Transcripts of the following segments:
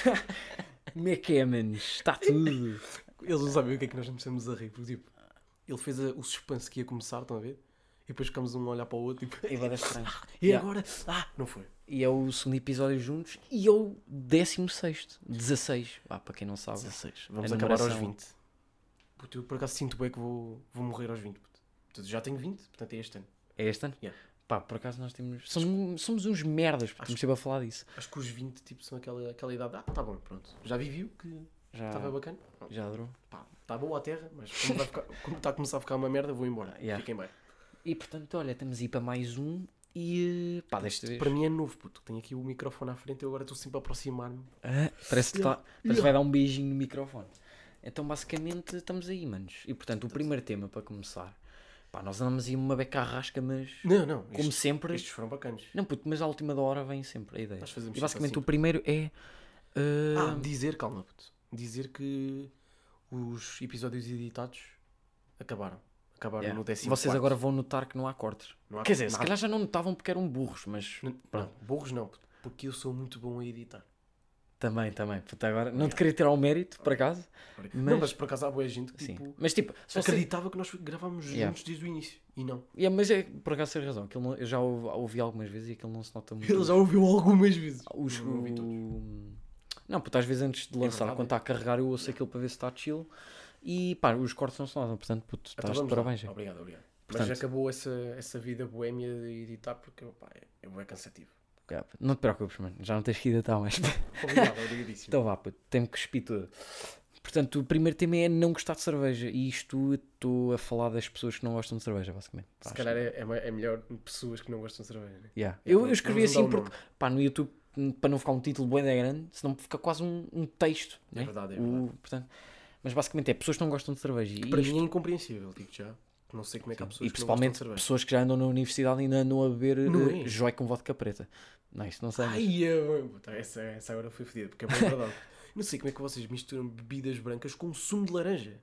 Como é que é, manos? Está tudo. Eles não sabem o que é que nós começamos a rir. Porque, tipo, ele fez o suspense que ia começar, estão a ver? E depois ficamos um a olhar para o outro, tipo... É bué da estranho. E Yeah. agora? Não foi. E é o segundo episódio juntos e é o 16º. 16. Para quem não sabe. 16. Vamos A acabar aos numeração. 20. Puto, eu por acaso sinto bem que vou morrer aos 20. Puto. Portanto, já tenho 20, portanto é este ano. É este ano? Yeah. Por acaso nós temos... Somos uns merdas, porque estamos sempre a falar disso. Acho que os 20 tipo, são aquela idade. Tá bom, pronto. Já vivi o que estava bacana. Já adorou. Pá, está boa a terra, mas como está a começar a ficar uma merda, vou embora. Yeah. Fiquem bem. E portanto, olha, estamos aí para mais um e desta vez... Para mim é novo, puto. Tenho aqui o microfone à frente e eu agora estou sempre a aproximar-me. Parece que vai dar um beijinho no microfone. Então basicamente estamos aí, manos. E portanto, o primeiro tema para começar... nós andamos aí uma beca à rasca, mas... Não. Como sempre... Estes foram bacanas. Não, puto, mas à última da hora vem sempre a ideia. Nós fazemos E basicamente sempre o primeiro é... calma, puto. Dizer que os episódios editados acabaram no 14º. Vocês agora vão notar que não há cortes. Não há Quer dizer, se nada. calhar já não notavam porque eram burros, mas... Não, burros não, puto, porque eu sou muito bom a editar. Também. Puto, agora não te queria tirar o mérito, por acaso. Não, mas por acaso há boa gente que Sim. tipo, Mas tipo, se você... acreditava que nós gravámos juntos desde o início. E não. Mas é, por acaso tens razão. Aquilo eu já ouvi algumas vezes e aquilo não se nota muito. Ele já ouviu algumas vezes. Não ouvi todos. Não, puto, às vezes antes de lançar, verdade, quando está a carregar, eu ouço aquilo para ver se está chill. E os cortes não se notam. Portanto, puto, Então estás de vamos lá. parabéns. Obrigado. Portanto- Mas acabou essa vida boémia de editar porque é bem cansativo. Não te preocupes, mano. Já não tens que editar mais. Obrigadíssimo. Então vá, puto, tenho que cuspir tudo. Portanto, o primeiro tema é não gostar de cerveja. E isto estou a falar das pessoas que não gostam de cerveja, basicamente. Se calhar é melhor pessoas que não gostam de cerveja, né? Yeah. Eu escrevi Vamos dar assim o porque, no YouTube, para não ficar um título bem grande, senão fica quase um texto. Né? É verdade. Portanto, mas basicamente é pessoas que não gostam de cerveja. Para mim é incompreensível, digo já. Não sei como é que há pessoas E que não gostam de principalmente cerveja. pessoas que já andam na universidade e ainda andam a beber Não é? joy com vodka preta. Não, isso não sei. Mas... Essa agora foi fodida, porque é bem verdade. Não sei como é que vocês misturam bebidas brancas com sumo de laranja.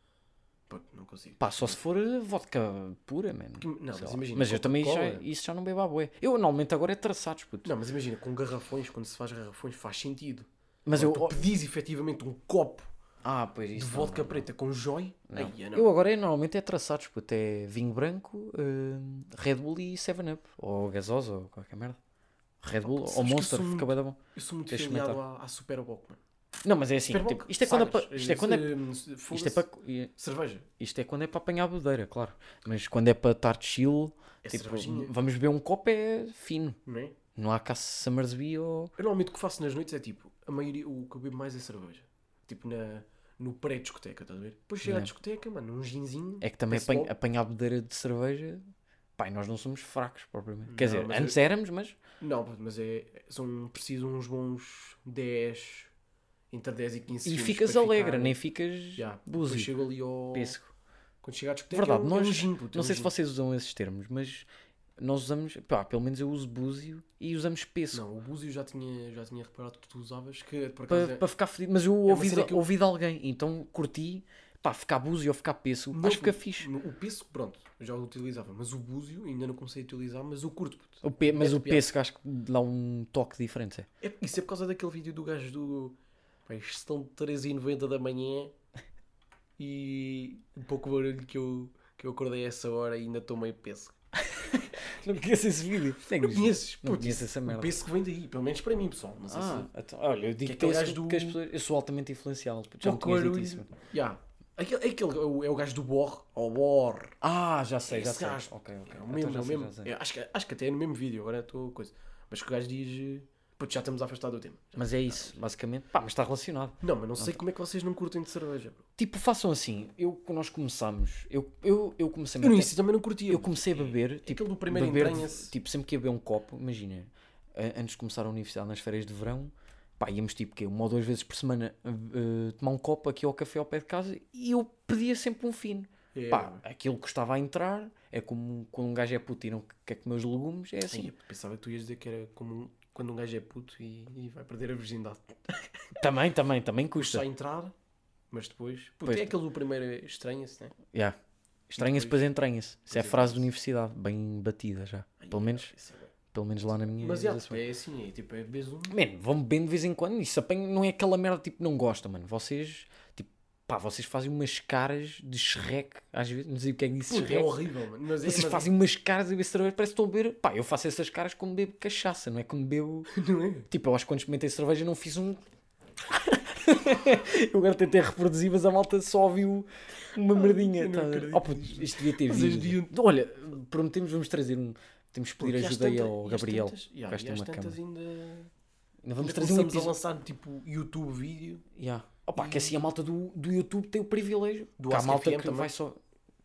Pô, não consigo. Só se for vodka pura, mano. Não, Sei mas lá. imagina, Mas eu também Coca-Cola. isso já não bebo à bué. Eu normalmente agora é traçados, puto. Não, mas imagina, com garrafões, quando se faz garrafões, faz sentido. Mas Agora, tu pedis efetivamente um copo pois de isso. vodka preta com joy. Não. Aí, não. Eu agora normalmente é traçados, puto. É vinho branco, Red Bull e 7-Up. Ou gasosa, ou qualquer merda. Red Bull sabes ou que eu Monster, sou fica bem da bom. Eu sou muito Deixa-me filiado à Superboc, mano. Não, mas é assim, Superboc, tipo, isto é quando é para... Sagres, Isto é quando é... foda-se, Isto é para... cerveja. Isto é quando é para apanhar a bebedeira, claro. Mas quando é para estar chill, É tipo, cervejinha. vamos beber um copo é fino. Não é? Não há cá Summersby ou... Eu normalmente o que faço nas noites é tipo, a maioria, o que eu bebo mais é cerveja. Tipo no pré-discoteca, estás a ver? Depois chega à Não. discoteca, mano, um ginzinho. É que também desce logo. apanhar a bebedeira de cerveja... Nós não somos fracos, propriamente. Quer Não, dizer, mas antes éramos, mas... Não, mas são precisos uns bons 10, entre 10 e 15 E segundos ficas para alegre, ficar- nem ficas Já, depois búzio, chego ali ao... pêssego. Quando chega à discoteca Verdade, é nós... um gin, puto, não é um sei se gin. vocês usam esses termos, mas... Nós usamos... pelo menos eu uso búzio e usamos pêssego. Não, o búzio já tinha reparado que tu usavas, que por acaso Para ficar fedido. Mas eu uma ouvi, cena que eu- ouvi de alguém, então curti... ficar búzio ou ficar pêssego, acho que fica fixe. O pêssego, pronto, eu já o utilizava, mas o búzio ainda não comecei a utilizar, mas eu curto, puto. Mas Mete o piada. pêssego acho que dá um toque diferente. Isso é por causa daquele vídeo do gajo do... Pá, isto estão 3h90 da manhã e um pouco barulho que eu acordei a essa hora e ainda estou meio pêssego. Não conheço esse vídeo. Não conheces? Não Puto, conheço essa o merda. pêssego vem daí, pelo menos para mim, pessoal. Não sei se... Então, olha, eu digo Que é aquele pêssego gajo porque do- as pessoas... Eu sou altamente influenciável. Já me Pouco tinhas dito barulho. isso. Yeah. Aquele é o gajo do Borre, ou Borre. Já sei, já Esse sei. gajo. Ok. É o mesmo, Então é o mesmo. já sei. Acho que até é no mesmo vídeo, agora estou a coisa. Mas que o gajo diz... Puto, já estamos a afastar do tema. Mas é isso, basicamente. Mas está relacionado. Não, mas não sei como é que vocês não curtem de cerveja, bro. Tipo, façam assim. Quando nós começamos, eu comecei Eu no início também não curtia. Eu comecei a beber, tipo, Aquele do primeiro beber, entranha-se. tipo, sempre que ia beber um copo, imagina, antes de começar a universidade nas férias de verão, íamos tipo, uma ou duas vezes por semana tomar um copo aqui ao café ao pé de casa e eu pedia sempre um fino. Aquilo custava a entrar, é como quando um gajo é puto e não quer comer os legumes, é assim. Eu pensava que tu ias dizer que era como quando um gajo é puto e vai perder a virgindade. Também custa. Custa a entrar, mas depois... Puto, Pois. é aquele do primeiro estranha-se, né? Estranha-se, depois entranha-se. Isso é a frase de universidade, bem batida já. Pelo menos Isso é bem. Pelo menos lá na minha... Mas é assim, é tipo, é beber um... Mano, vão bebendo de vez em quando e se apanham, não é aquela merda tipo, não gosta, mano. Vocês, tipo, pá, vocês fazem umas caras de Shrek, às vezes, não sei o que é isso, Puta, é horrível, mano. Vocês fazem umas caras a beber cerveja, parece que estão a beber. Pá, eu faço essas caras quando bebo cachaça, não é quando bebo. Não é? Tipo, eu acho que quando experimentei cerveja não fiz um. Eu agora tentei reproduzir, mas a malta só ouviu uma merdinha. eu não acredito Oh, puto, isto devia ter Vocês vídeo. deviam- Olha, prometemos, vamos trazer um. Temos que pedir Porque ajuda aí às ao tantas- Gabriel. e às tantas- que acho que tem e às uma tantas câmera. ainda Vamos trazer um começamos a episódio. lançar tipo YouTube vídeo Yeah. Opa, que assim a malta do YouTube tem o privilégio. do Que há Ask malta FM que também. vai só.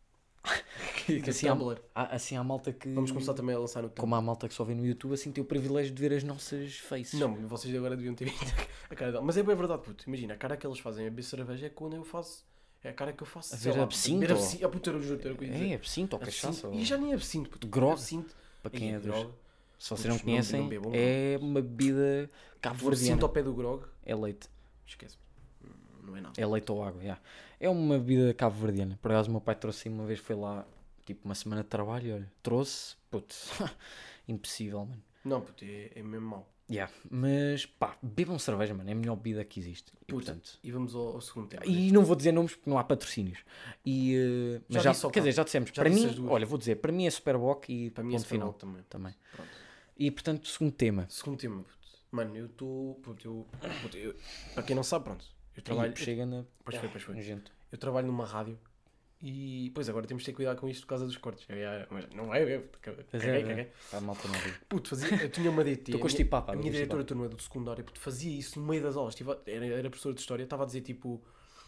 Que assim, Tumblr. assim há malta que. Vamos começar também a lançar no Tumblr. Como há malta que só vê no YouTube, assim tem o privilégio de ver as nossas faces. Não, vocês agora deviam ter visto a cara dela. Mas é bem verdade, puto. Imagina, a cara que eles fazem a beber cerveja é quando eu faço. É a cara que eu faço. A sei ver lá, absinto, beber ou- absinto. Ah, puto, eu juro, era o que eu ia dizer. É, absinto ou cachaça. Absinto. Ou... E já nem é absinto, puto. Grog. Absinto. Para quem é dos... droga. Se vocês não Putos, conhecem, não bebam é uma bebida Absinto cabo-verdiana. ao pé do grog. É leite. Esquece. Não é nada. É leite ou água, yeah. É uma bebida cabo-verdiana. Por acaso o meu pai trouxe uma vez, foi lá, tipo uma semana de trabalho, olha, trouxe, putz, impossível, mano. Não, puto, é mesmo mau. Yeah. Mas, pá, bebam cerveja, mano, é a melhor bebida que existe. E, Puta, portanto... e vamos ao segundo tema. E não vou dizer nomes porque não há patrocínios. E, mas Já já, disse ao quer dizer, cabo. já dissemos. Já para disse mim, as duas. olha, vou dizer, para mim é Superboc e Para mim é ponto final final também. também. Pronto. E portanto, segundo tema. Segundo tema, puto. Mano, eu estou. Para quem não sabe, pronto. Eu trabalho. Aí, chega na... Pois foi. Nojento. Eu trabalho numa rádio e. Pois agora temos de ter cuidado com isto por causa dos cortes. Mas não é, caguei. Pá, malta não viu. Puto, eu tinha uma DT. Estou constipado, pá. A minha estou diretora de turma do secundário, puto, fazia isso no meio das aulas. Era professora de história, estava a dizer tipo.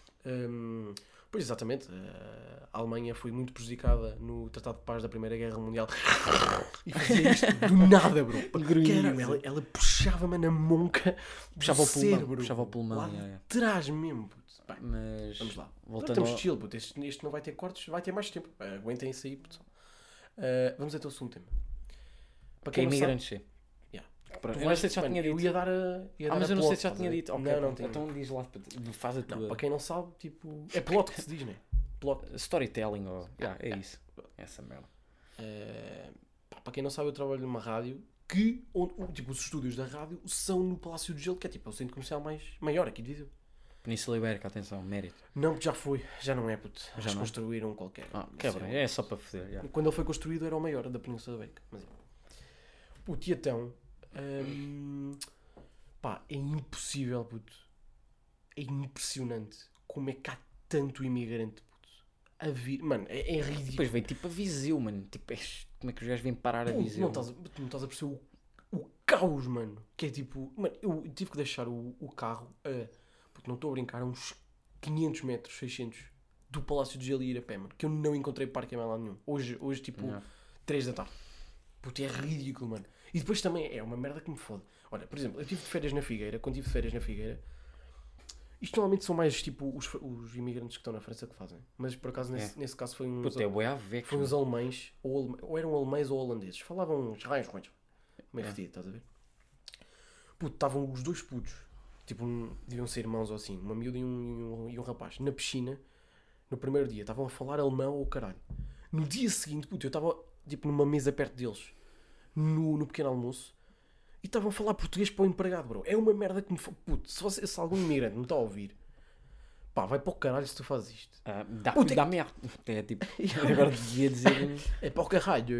Pois exatamente, a Alemanha foi muito prejudicada no Tratado de Paz da Primeira Guerra Mundial e fazia isto do nada, bro. Caramba, ela puxava-me na monca, Puxava o pulmão, cérebro, puxava o pulmão, lá yeah, yeah. de trás mesmo, puto. Bem, Mas vamos lá. voltando Estamos ao... chill, puto. Este não vai ter cortes, vai ter mais tempo. Aguentem-se aí, puto. Vamos então ao segundo tema. Para Que é não sabe- imigrantes, sim. Yeah. Eu não sei se já Mano, tinha dito. Eu ia dar a. Mas eu não sei se já tinha dito. dito. Ok, Não, tem. então diz lá, faz a Não, tua... para quem não sabe, tipo. É plot que se diz, né? Plot. Storytelling, ou... é isso. Essa merda. Para quem não sabe, eu trabalho numa rádio que, tipo, os estúdios da rádio são no Palácio de Gelo, que é tipo o centro comercial maior aqui de Viseu. Península Ibérica, atenção, mérito. Não, já foi, já não é, puto. Já não? construíram qualquer. Quebra, é só para foder. Yeah. Quando ele foi construído era o maior da Península Ibérica. Mas é. Puto, e então, pá, é impossível, puto. É impressionante como é que há tanto imigrante, puto, a vir. Mano, é ridículo. Depois veio tipo a Viseu, mano. Tipo, como é que os gajos vêm parar a Viseu? Tu não estás a perceber o caos, mano. Que é tipo... Mano, eu tive que deixar o carro porque não estou a brincar, a uns 500 metros, 600 do Palácio de Gelo e ir a pé, mano. Que eu não encontrei parque em mais lado nenhum. Hoje tipo, 3 da tarde. Puto, é ridículo, mano. E depois também é uma merda que me fode. Olha, por exemplo, eu estive de férias na Figueira. Quando estive de férias na Figueira... Isto normalmente são mais tipo os imigrantes que estão na França que fazem. Mas por acaso nesse caso foi uns... Puta, é bué a ver. Foi uns alemães, ou eram alemães ou holandeses. Falavam meio fedido, estás a ver? Puto, estavam os dois putos. Tipo, deviam ser irmãos ou assim. Uma miúda e um rapaz. Na piscina, no primeiro dia. Estavam a falar alemão ou caralho. No dia seguinte, puto, eu estava tipo numa mesa perto deles. No pequeno almoço. E estavam a falar português para o empregado, bro. É uma merda que me... Puto, se algum imigrante me está a ouvir... Pá, vai para o caralho se tu fazes isto. Dá merda. É tipo, agora devia dizer. É para o caralho.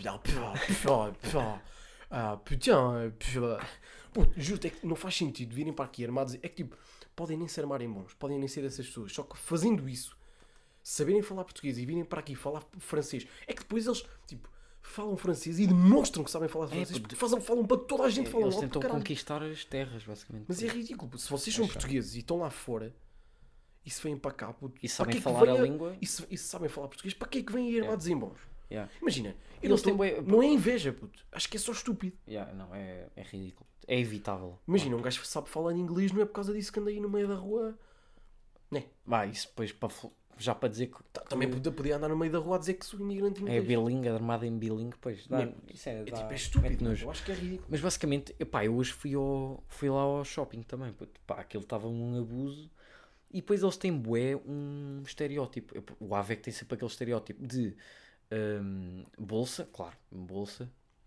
Puto, juro-te, é que não faz sentido virem para aqui armados. É que tipo, podem nem ser armarem bons, podem nem ser dessas pessoas. Só que fazendo isso, saberem falar português e virem para aqui falar francês, é que depois eles, tipo, falam francês e demonstram que sabem falar francês. Porque falam para toda a gente falar. Eles tentam conquistar as terras, basicamente. Mas é ridículo. Se vocês são portugueses e estão lá fora... E se vêm para cá, puto, e sabem que falar a língua. E se sabem falar português, para que é que vêm armados em bons? Imagina, não é inveja, puto. Acho que é só estúpido. Não, é ridículo. É evitável. Imagina, um gajo que sabe falar em inglês, não é por causa disso que anda aí no meio da rua. Né? Isso depois já para dizer que. Também podia andar no meio da rua a dizer que sou imigrante inglês. É bilingue, armado em bilingue, pois. Isso é tipo, é estúpido. Eu acho que é ridículo. Mas basicamente, eu hoje fui lá ao shopping também, puto. Aquilo estava um abuso. E depois eles têm um estereótipo. O AVEC tem sempre aquele estereótipo de bolsa, claro, bolsa,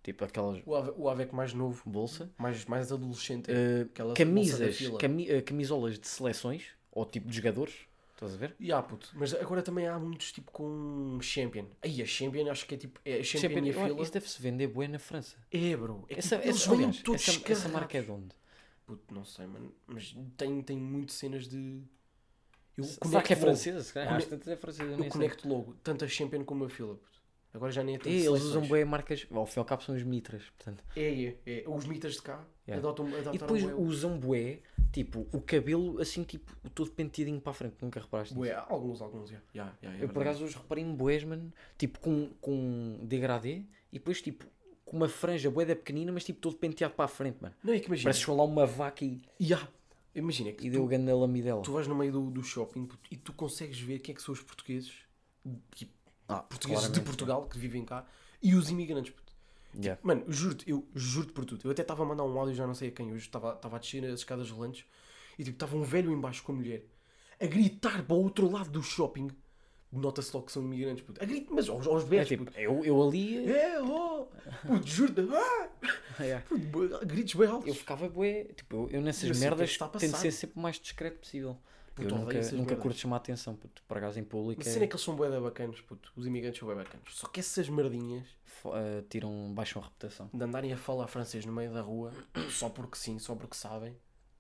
Tipo aquelas O Aveco mais novo, bolsa. mais adolescente. Aquela bolsa da Camisas, fila. camisolas de seleções, ou tipo de jogadores, estás a ver? Puto. Mas agora também há muitos tipo com Champion. Aí a Champion acho que é tipo. É a Champion e a fila. Isso deve-se vender bué na França. É, bro. É Essa, tipo, eles essa, vêm aliás, todos essa marca é de onde? Puto, não sei, mano. Mas tem muito cenas de. Eu Será que é logo. francesa? Se calhar, às tantas é francesa, Eu nem sei. conecto logo tanto a Champion como a fila. Puto. Agora já nem é tanto Eles seleções. usam bué marcas, ao fim e ao cabo são os mitras, portanto. Os mitas de cá Yeah. adaptaram E depois bué. usam bué, tipo, o cabelo assim, tipo, todo penteadinho para a frente, nunca reparaste nisso? Bué, alguns, já. Eu por acaso hoje reparei em bués, mano, tipo com degradê e depois tipo com uma franja bué da pequenina, mas tipo todo penteado para a frente, mano. Não é que imagina. Parece que chegou lá uma vaca e Imagina que deu o ganda lamidela. tu vais no meio do shopping puto, e tu consegues ver quem é que são os portugueses, tipo, portugueses de claramente, Portugal que vivem cá e os imigrantes. Puto. Yeah. Mano, eu juro-te por tudo. Eu até estava a mandar um áudio, já não sei a quem hoje, estava a descer as escadas rolantes e tipo, estava um velho em baixo com a mulher a gritar para o outro lado do shopping. Nota-se logo que são imigrantes, puto. A gritar, mas aos É berros, tipo, puto. eu ali. Puto, juro-te. Yeah. Puto, gritos bem altos. Eu ficava bué, tipo, eu nessas Eu sei o que é que merdas está a tento passar. ser sempre o mais discreto possível. Puto, Eu odeio essas nunca merdas. curto chamar a atenção, puto, por acaso em público Mas a cena é que eles são bué da bacanos, puto. Os imigrantes são bué bacanos. Só que essas merdinhas baixam a reputação. de andarem a falar francês no meio da rua, só porque sim, só porque sabem.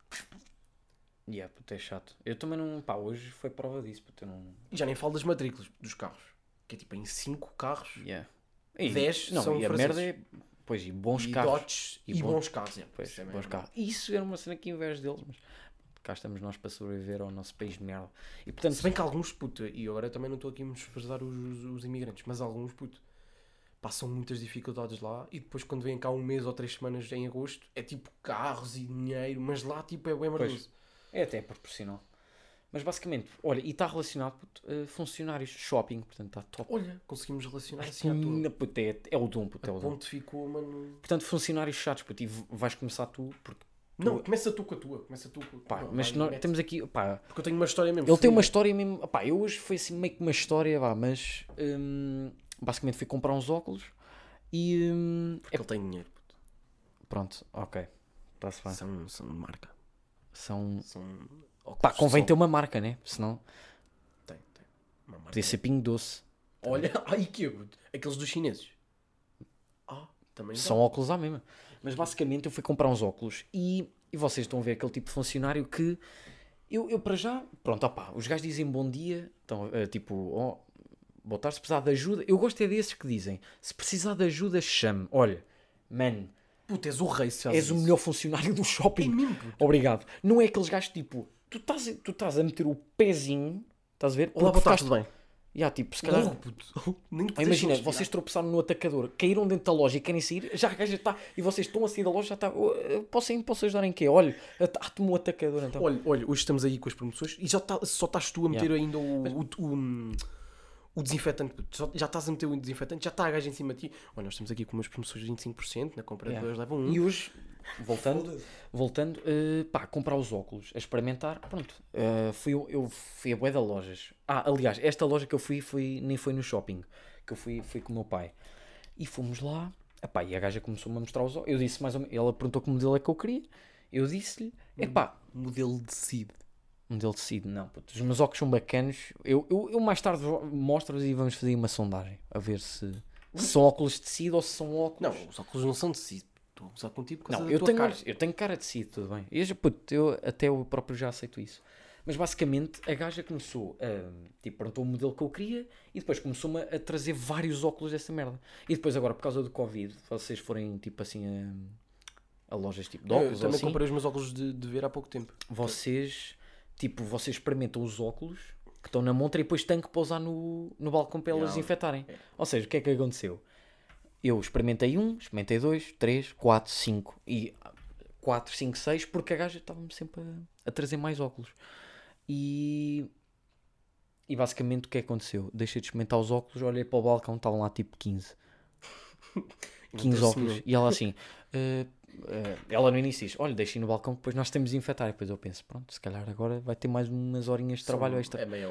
Puto, é chato. Eu também não, pá, hoje foi prova disso, puto, eu não... E já nem falo das matrículas dos carros. Que é tipo, em 5 carros, E, 10 não, são e a franceses. merda é, pois, e bons e carros. Dodges e bons carros. Pois, Isso é bons mesmo. carros. E isso era uma cena que invejo deles, mas cá estamos nós para sobreviver ao nosso país de merda. E portanto, Se bem que alguns, puto, e agora também não estou aqui a menosprezar os imigrantes, mas alguns, puto, passam muitas dificuldades lá e depois quando vêm cá um mês ou 3 semanas em agosto, é tipo carros e dinheiro, mas lá tipo é bem merdoso. é até proporcional. Mas basicamente, olha, e está relacionado, puto, funcionários de shopping, portanto está top. Olha, conseguimos relacionar assim à toa. Puto, é o dom, puto, é A o dom. ponte ficou, mano... Portanto, funcionários chatos, puto, e vais começar tu, porque... Não, começa tu com a tua. Pá, Não, mas vai, nós mete. temos aqui, pá, Porque eu tenho uma história mesmo. ele tem uma fodida. história mesmo, pá, eu hoje foi assim meio que uma história, vá, mas basicamente fui comprar uns óculos e Porque ele tem dinheiro. Puto. pronto, ok, está-se bem. São de marca. São, óculos pá, convém de ter sol. uma marca, né? Senão Tem. Uma marca. podia ser Pingo Doce. Olha, ai que puto. Aqueles dos chineses. Também São óculos à mesma. Mas basicamente eu fui comprar uns óculos e vocês estão a ver aquele tipo de funcionário que eu para já, pronto, opá, os gajos dizem bom dia, então, tipo, boa tarde, se precisar de ajuda. Eu gosto é desses que dizem, se precisar de ajuda, chame. Olha, mano, Puto, és o rei se fazes és o isso. melhor funcionário do shopping. É mesmo, puto. Obrigado. Não é aqueles gajos tipo, tu estás a meter o pezinho, estás a ver? Olá, boa tarde, tudo bem? Tipo, se calhar... Logo, puto. Nem te Imagina, deixam vocês respirar. tropeçaram no atacador, caíram dentro da loja e querem sair, já a gaja está, e vocês estão a sair da loja, já está, posso ajudar em quê? Olha, tomou o atacador então. Olha, hoje estamos aí com as promoções e só estás tu a meter ainda o desinfetante. Puto. Já estás a meter o desinfetante, já está a gaja em cima de ti. Olha, nós estamos aqui com umas promoções de 25%, na compra de 2 leva 1. E hoje, voltando, pá, comprar os óculos, a experimentar, pronto. Eu fui a bué de lojas. Aliás, esta loja que eu fui nem foi no shopping, que eu fui com o meu pai. E fomos lá, epá, e a gaja começou-me a mostrar os óculos. Eu disse mais ou menos, ela perguntou que modelo é que eu queria. Eu disse-lhe, epá, Modelo de CID. modelo de CID, não, puto, os meus óculos são bacanos. Eu mais tarde mostro-vos e vamos fazer uma sondagem, a ver se são óculos de CID ou se são óculos... Não, os óculos não são de CID. Estou a usar contigo por causa Não, da tua cara. eu tenho cara de CID, tudo bem. Até eu próprio já aceito isso. Mas basicamente a gaja começou a... Tipo, perguntou o modelo que eu queria e depois começou-me a trazer vários óculos dessa merda. E depois agora, por causa do Covid, se vocês forem tipo assim a lojas tipo de Eu óculos ou também assim, comprei os meus óculos de ver há pouco tempo. vocês experimentam os óculos que estão na montra e depois têm que pousar no balcão para elas desinfetarem. Ou seja, o que é que aconteceu? Eu experimentei 1, experimentei 2, 3, 4, 5 e 4, 5, 6 porque a gaja estava-me sempre a trazer mais óculos. E basicamente o que é que aconteceu? Deixei de experimentar os óculos, olhei para o balcão, estavam lá tipo 15 óculos. E ela assim, ela no início diz, olha, deixei no balcão que depois nós temos de desinfetar. E depois eu penso, pronto, se calhar agora vai ter mais umas horinhas de trabalho extra. É meia hora.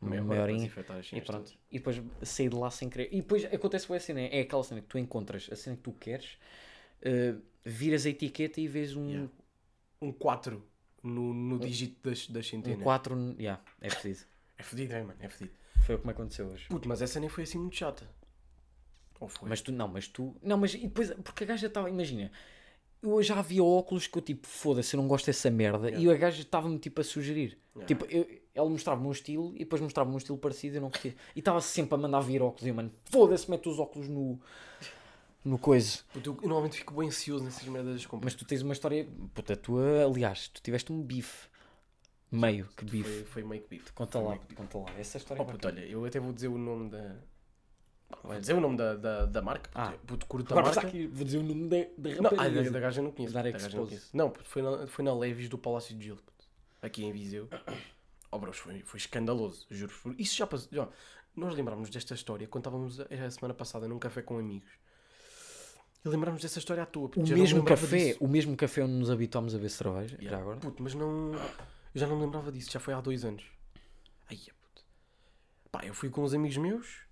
meia horinha, e pronto. E depois saí de lá sem querer. E depois acontece com essa cena, é aquela cena que tu encontras a cena que tu queres, viras a etiqueta e vês um... Um 4 no dígito das centenas. Um 4, é fedido. É fedido, mano, é fedido. Foi o que me aconteceu hoje. Puto, mas essa nem foi assim muito chata. Ou foi? Mas e depois, porque a gaja estava, imagina, eu já havia óculos que eu tipo, foda-se, eu não gosto dessa merda, e a gaja estava-me tipo a sugerir. Tipo, ela mostrava-me um estilo, e depois mostrava-me um estilo parecido, e eu não curtia. E estava sempre a mandar vir óculos, e eu, mano, foda-se, mete os óculos no coisa. Puto, eu normalmente fico bem ansioso nessas merdas das compras. Mas tu tens uma história, puta, tua, aliás, tu tiveste um bife. Meio que bife. Foi meio que bife. Conta lá. Essa história. Puto, olha, eu até vou dizer o nome da... Vou dizer o nome da marca. Puto, curto da marca. Aqui, vou dizer o nome da rapariga. Da gaja não conheço. Não, puto, foi na Levis do Palácio de Gil. Puto, aqui em Viseu. Bros, foi escandaloso, juro. Isso já passou. Nós lembrámos desta história quando estávamos a semana passada num café com amigos. E lembrámos dessa história à toa. O mesmo café onde nos habituámos a ver cerveja. Já agora. Puto, mas não... Eu já não me lembrava disso. Já foi há 2 anos. Ai, puto. Pá, eu fui com uns amigos meus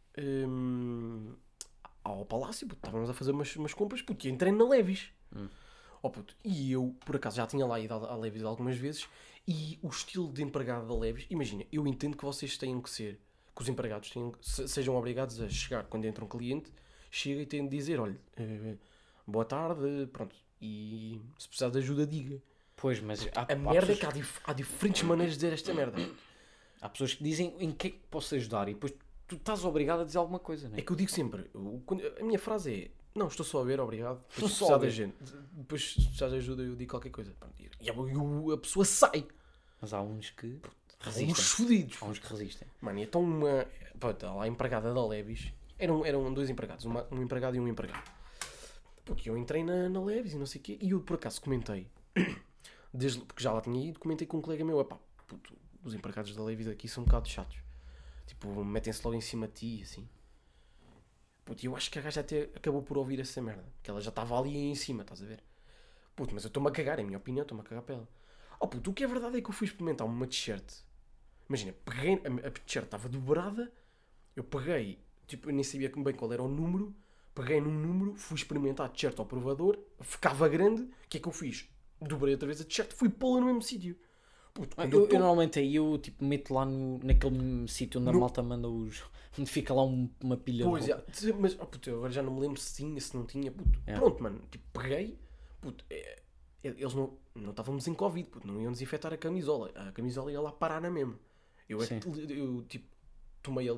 ao Palácio. Puto, estávamos a fazer umas compras. Puto, e entrei na Levis. Puto, e eu, por acaso, já tinha lá ido à Levis algumas vezes. E o estilo de empregado da Levis... Imagina, eu entendo que vocês tenham que ser... Que os empregados sejam obrigados a chegar quando entra um cliente... Chega e tem de dizer, olha, boa tarde, pronto, e se precisar de ajuda, diga. Pois, mas a merda é que há diferentes maneiras de dizer esta merda. Há pessoas que dizem em que é que posso ajudar e depois tu estás obrigado a dizer alguma coisa, não é? É que eu digo sempre, a minha frase é, não, estou só a ver, obrigado, estou só a ver. Depois se precisar de ajuda eu digo qualquer coisa. E a pessoa sai. Mas há uns que resistem. Há uns fodidos. Há uns que resistem. Mano, e então lá a empregada da Levis... Eram 2 empregados, um empregado e um empregado. Porque eu entrei na Levis e não sei o quê, e eu por acaso comentei, porque já lá tinha ido, comentei com um colega meu, puto, os empregados da Levis aqui são um bocado chatos. Tipo, metem-se logo em cima de ti, assim. Puto, eu acho que a gaja até acabou por ouvir essa merda, que ela já estava ali em cima, estás a ver? Puto, mas eu estou-me a cagar, em minha opinião, estou-me a cagar para ela. Puto, o que é verdade é que eu fui experimentar uma t-shirt. Imagina, peguei, a t-shirt estava dobrada, eu peguei... Tipo, eu nem sabia bem qual era o número. Peguei num número, fui experimentar a t-shirt ao provador, ficava grande. O que é que eu fiz? Dobrei outra vez a t-shirt, fui pô-la no mesmo sítio. Eu normalmente aí eu tipo, meto lá naquele sítio onde a malta manda os... Onde fica lá uma pilha de roupa. Mas puto, eu agora já não me lembro se tinha, se não tinha. Puto. Pronto, mano. Tipo, peguei. Puto, eles não estávamos em Covid. Puto, não iam desinfetar a camisola. A camisola ia lá parar na mesma. Eu tipo, tomei a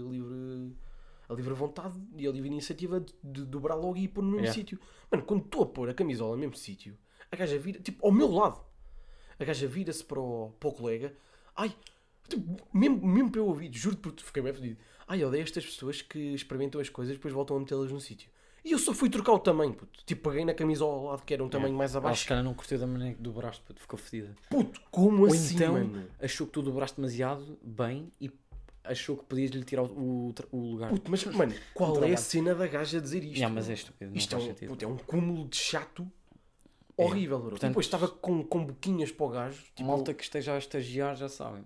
livre vontade e a livre iniciativa de dobrar logo e pôr no mesmo sítio. Mano, quando estou a pôr a camisola no mesmo sítio, a gaja vira, tipo, ao meu lado. A gaja vira-se para o colega. Ai, tipo, mesmo para eu ouvir, juro-te porque fiquei bem fedido. Ai, odeio estas pessoas que experimentam as coisas e depois voltam a metê-las no sítio. E eu só fui trocar o tamanho, puto. Tipo, peguei na camisola ao lado que era um tamanho mais abaixo. Acho que ela não curtiu da maneira que dobraste, puto. Ficou fedida. Puto, como ou assim, então, mano? Achou que tu dobraste demasiado bem e achou que podias lhe tirar o lugar. Puto, mas, mano, qual é a cena da gaja a dizer isto? Mas é estúpido. Isto é um cúmulo de chato horrível, bro. Portanto, depois estava com boquinhas para o gajo. Tipo, malta que esteja a estagiar já sabem.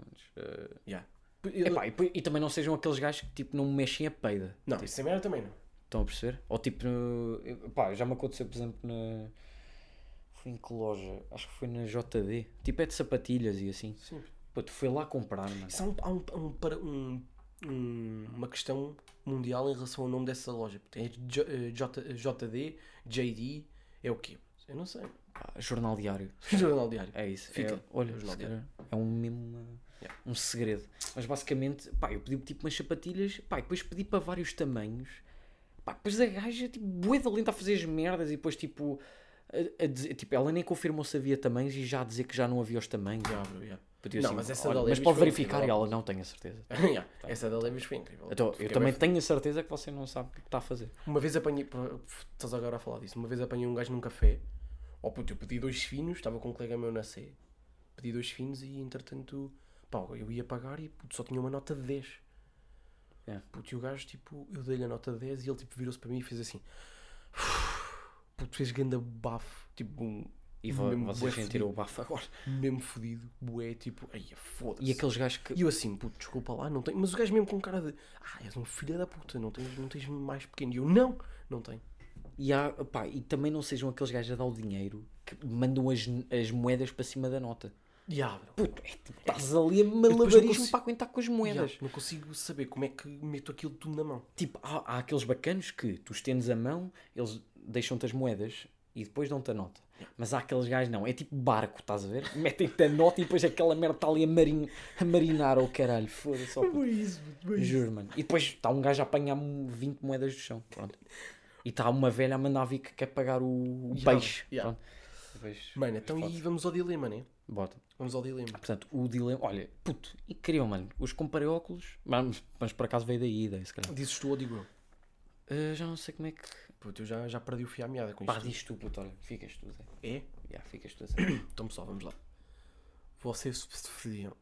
E também não sejam aqueles gajos que tipo, não mexem a peida. Não, tipo, isso é merda também não. Estão a perceber? Ou tipo, já me aconteceu, por exemplo, foi em que loja? Acho que foi na JD. Tipo, é de sapatilhas e assim. Sim. Tu foi lá comprar, mano. Isso uma questão mundial em relação ao nome dessa loja. É JD, JD, é o quê? Eu não sei. Jornal Diário. Jornal Diário. É isso. Olha, Jornal Diário. É um segredo. Mas basicamente, eu pedi tipo umas sapatilhas, e depois pedi para vários tamanhos. Depois a gaja, tipo, bué da lenta a fazer as merdas e depois, tipo, tipo, ela nem confirmou se havia tamanhos e já a dizer que já não havia os tamanhos. Não, assim, mas essa da Levis mas pode verificar e ela não tem a certeza. Essa da Levis foi incrível. Então, eu também tenho a certeza que você não sabe o que está a fazer. Uma vez apanhei, estás agora a falar disso, uma vez apanhei um gajo num café. Eu pedi 2 finos, estava com um colega meu na C. Pedi 2 finos e entretanto, eu ia pagar e só tinha uma nota de 10. E o gajo, tipo, eu dei-lhe a nota de 10 e ele tipo virou-se para mim e fez assim. Fez ganda bafo, tipo E Mesmo vocês bué sentiram o fedido. bafo agora. Mesmo fodido, bué, tipo, ai, foda-se. E aqueles gajos que... E eu assim, puto, desculpa lá, não tenho. Mas o gajo mesmo com cara de, és um filho da puta, não tens mais pequeno. E eu, não tenho. E também não sejam aqueles gajos a dar o dinheiro que mandam as moedas para cima da nota. Puto, estás ali a malabarismo para aguentar com as moedas. Não consigo saber como é que meto aquilo tudo na mão. Tipo, há aqueles bacanos que tu estendes a mão, eles deixam-te as moedas e depois dão-te a nota. Mas há aqueles gajos não, é tipo barco, estás a ver? Metem-te a nota e depois aquela merda está ali a marinar, oh caralho, foda-se. Juro, mano. E depois está um gajo a apanhar 20 moedas do chão, pronto. E está uma velha a mandar vir que quer pagar o peixe. Pronto. Depois, mano, então e vamos ao dilema, né? Bota. Vamos ao dilema. Portanto, o dilema, olha, puto, incrível, mano. Os comparei óculos, mas por acaso veio daí, daí, se calhar. Dizes tu ou digo eu? Já não sei como é que... Puto, eu já perdi o fio à meada com isto. Pá, diz tu, puto, olha, ficas tu, Zé. É? Ficas tu, Zé. Então pessoal, vamos lá. Vocês preferiam...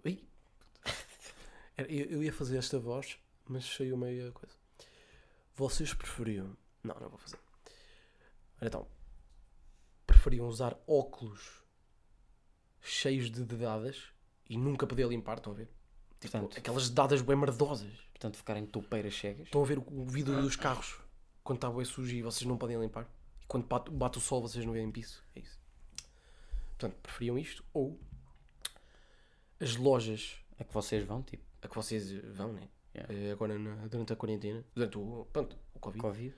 Eu ia fazer esta voz, mas saiu meio coisa. Vocês preferiam... Não vou fazer. Então, preferiam usar óculos cheios de dedadas e nunca poder limpar, estão a ver? Tipo, Portanto, aquelas dedadas bem merdosas. Portanto, ficarem toupeiras cegas. Estão a ver o vidro dos carros quando está bem sujo e vocês não podem limpar? E quando bate o sol vocês não veem piso? É isso. Portanto, preferiam isto ou as lojas A que vocês vão, tipo, a que vocês vão, né? Yeah. Agora durante a quarentena, durante o Covid, Covid.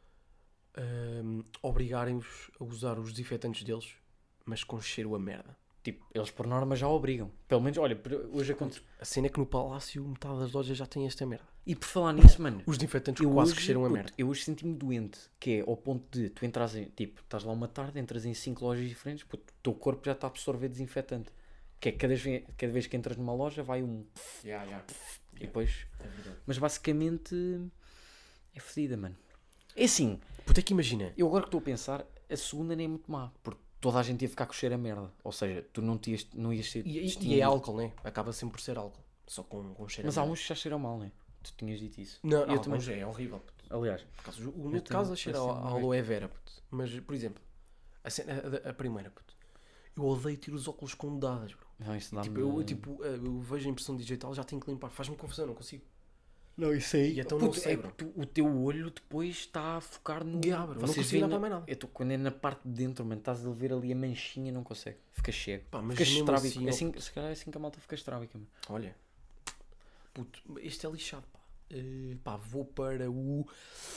obrigarem-vos a usar os desinfetantes deles, mas com cheiro a merda. Tipo, eles por norma já obrigam. Pelo menos, olha, hoje aconteceu. A cena é que no Palácio metade das lojas já tem esta merda. E por falar nisso, mano, Os desinfetantes eu quase hoje, que cheiram a puto, merda. eu hoje senti-me doente, que é ao ponto de tu entras em, tipo, estás lá uma tarde, entras em 5 lojas diferentes, puto, o teu corpo já está a absorver desinfetante. Que é cada vez que entras numa loja vai um... E depois... É verdade. Mas basicamente é fedida, mano. É assim, Puta, é que imagina. eu agora que estou a pensar, a segunda nem é muito má, porque toda a gente ia ficar com cheiro a merda. Ou seja, tu não ias ser E distinguido. é álcool, né? Acaba sempre por ser álcool. Só com cheiro Mas a há merda. uns que já cheiram mal, né? Tu tinhas dito isso. Não, eu também. já é horrível. Puto. Aliás, Por causa, o meu caso cheira a aloe vera, puto. Mas, por exemplo, a primeira, puto. Eu odeio ter os óculos com dedadas, bro. não, isso dá-me... Eu vejo a impressão digital, já tenho que limpar. Faz-me confusão, não consigo. Não, isso aí... E então não Puto, sei, bro. o teu olho depois está a focar no... Yeah, bro, não Vocês consigo veem olhar para mais nada. Quando é na parte de dentro, mano, estás a ver ali a manchinha, não consegue. Fica cego. Pá, mas Fica mesmo estrábico. assim, Se calhar é assim que a malta fica estrábica, mano. Olha, puto, este é lixado, pá. Pá, vou para o...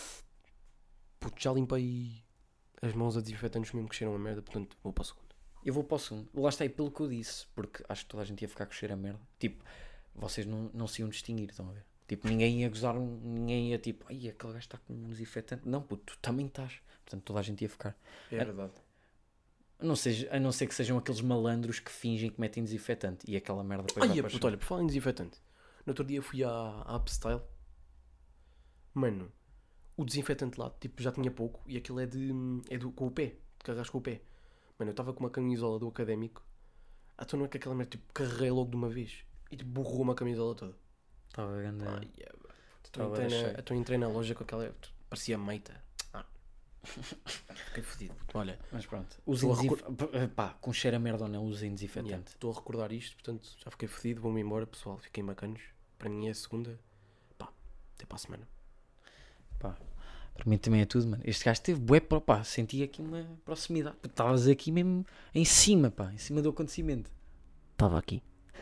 Puto, já limpei as mãos a desinfetantes mesmo que cheiram a merda, portanto vou para o segundo. Eu vou para o segundo. Lá está aí pelo que eu disse, porque acho que toda a gente ia ficar com cheiro a merda. Tipo, vocês não se iam distinguir, estão a ver? Tipo, ninguém ia gozar, ninguém ia tipo, ai, aquele gajo está com um desinfetante. Não, puto, tu também estás. Portanto, toda a gente ia ficar. É verdade. A não ser que sejam aqueles malandros que fingem que metem desinfetante e aquela merda depois vai Ai, para puto, olha, por falar em desinfetante. No outro dia fui à Upstyle. Mano, o desinfetante lá, tipo, já tinha pouco. E aquilo com o pé. De carregas com o pé. Mano, eu estava com uma camisola do académico. Então não é que aquela merda, tipo, carreguei logo de uma vez. E tipo, borrou uma camisola toda. Estava grande. Então entrei na loja com aquela... Parecia meita. Fiquei fodido. Olha, Mas pronto. Usem pá, com cheiro a merda ou não, usem desinfetante. estou a recordar isto, portanto, já fiquei fodido. Vou-me embora, pessoal. Fiquem bacanos. Para mim é a segunda. Pá, até para a semana. Pá, para mim também é tudo, mano. Este gajo teve bué, pá, senti aqui uma proximidade. Estavas aqui mesmo em cima, pá, em cima do acontecimento. Estava aqui.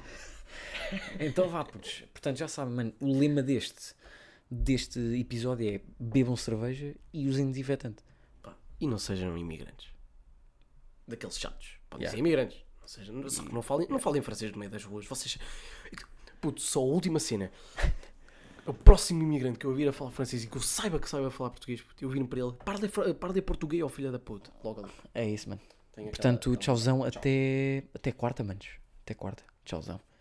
Então vá, putos. Portanto, já sabem, mano, o lema deste episódio é bebam cerveja e usem desinfetante. Pá, e não sejam imigrantes. Daqueles chatos. Podem ser Yeah. imigrantes. Ou seja, só que não falem francês no meio das ruas. Vocês... Puto, só a última cena. O próximo imigrante que eu vir a falar francês e que eu saiba falar português, eu viro para ele, para de português, ó filha da puta. Logo ali. É isso, mano. Tenho Portanto, aquela- tchauzão até quarta, manos. Até quarta. Tchauzão.